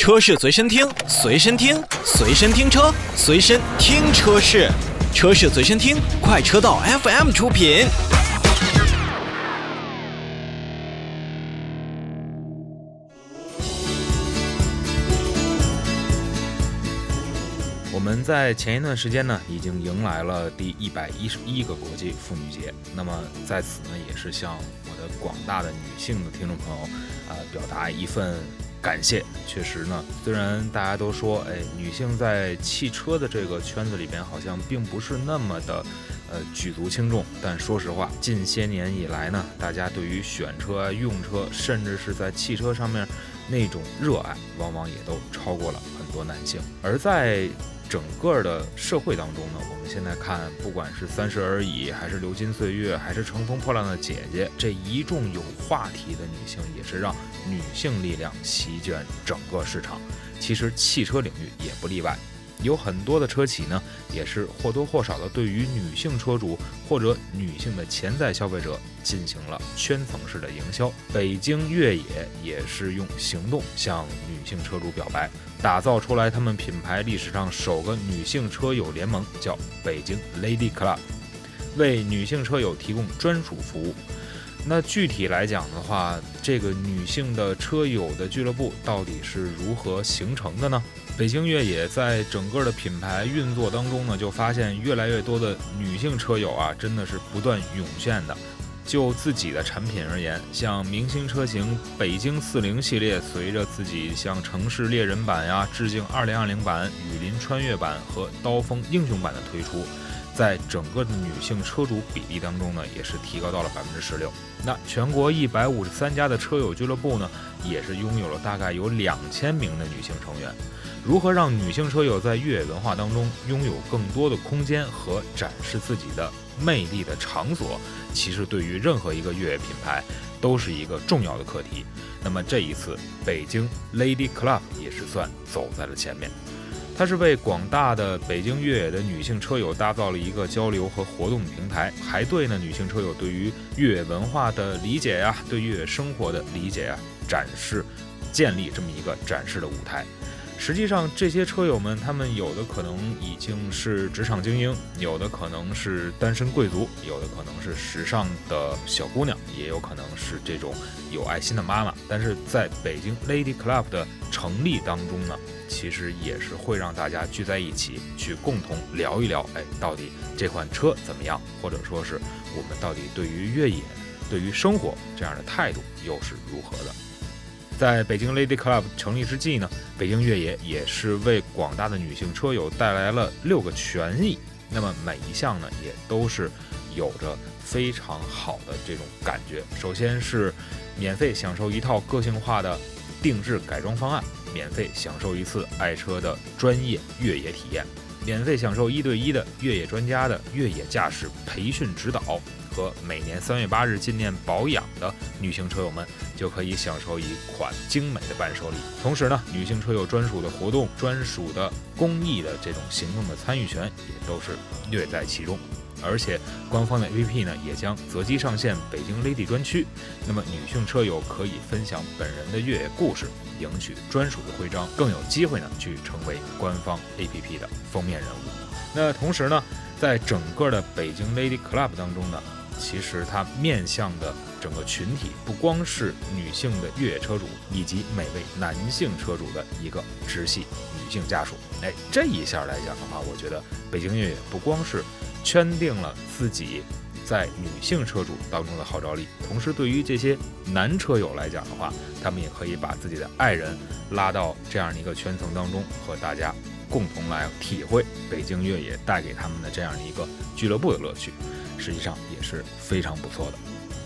车市随身听，随身听，随身听车，随身听车市，车市随身听，快车道 FM 出品。 我们在前一段时间呢，已经迎来了第111个国际妇女节。那么在此呢，也是向我的广大的女性的听众朋友表达一份感谢。确实呢，虽然大家都说，女性在汽车的这个圈子里边好像并不是那么的举足轻重，但说实话，近些年以来呢，大家对于选车、用车，甚至是在汽车上面那种热爱，往往也都超过了很多男性。而在整个的社会当中呢，我们现在看，不管是三十而已，还是流金岁月，还是乘风破浪的姐姐，这一众有话题的女性，也是让女性力量席卷整个市场。其实汽车领域也不例外，有很多的车企呢，也是或多或少的对于女性车主或者女性的潜在消费者进行了圈层式的营销。北京越野也是用行动向女性车主表白，打造出来他们品牌历史上首个女性车友联盟，叫北京 Lady Club， 为女性车友提供专属服务。那具体来讲的话，这个女性的车友的俱乐部到底是如何形成的呢？北京越野在整个的品牌运作当中呢，就发现越来越多的女性车友真的是不断涌现的。就自己的产品而言，像明星车型北京40系列，随着自己像城市猎人版致敬2020版、雨林穿越版和刀锋英雄版的推出，在整个的女性车主比例当中呢，也是提高到了16%。那全国153家的车友俱乐部呢，也是拥有了大概有2000名的女性成员。如何让女性车友在越野文化当中拥有更多的空间和展示自己的魅力的场所，其实对于任何一个越野品牌都是一个重要的课题。那么这一次，北京 Lady Club 也是算走在了前面。它是为广大的北京越野的女性车友打造了一个交流和活动平台，还对呢女性车友对于越野文化的理解对越野生活的理解展示建立这么一个展示的舞台。实际上这些车友们，他们有的可能已经是职场精英，有的可能是单身贵族，有的可能是时尚的小姑娘，也有可能是这种有爱心的妈妈。但是在北京 Lady Club 的成立当中呢，其实也是会让大家聚在一起，去共同聊一聊，到底这款车怎么样，或者说是我们到底对于越野、对于生活这样的态度又是如何的。在北京 Lady Club 成立之际呢，北京越野也是为广大的女性车友带来了6个权益。那么每一项呢，也都是有着非常好的这种感觉。首先是免费享受一套个性化的定制改装方案，免费享受一次爱车的专业越野体验，免费享受1对1的越野专家的越野驾驶培训指导，和每年3月8日纪念保养的女性车友们就可以享受一款精美的伴手礼。同时呢，女性车友专属的活动、专属的公益的这种行动的参与权也都是略在其中。而且官方的 APP 呢，也将择机上线北京 Lady 专区，那么女性车友可以分享本人的越野故事，赢取专属的徽章，更有机会呢去成为官方 APP 的封面人物。那同时呢，在整个的北京 Lady Club 当中呢，其实它面向的整个群体不光是女性的越野车主，以及每位男性车主的一个直系女性家属。这一下来讲的话，我觉得北京越野不光是圈定了自己在女性车主当中的号召力，同时对于这些男车友来讲的话，他们也可以把自己的爱人拉到这样的一个圈层当中，和大家共同来体会北京越野带给他们的这样的一个俱乐部的乐趣，实际上也是非常不错的。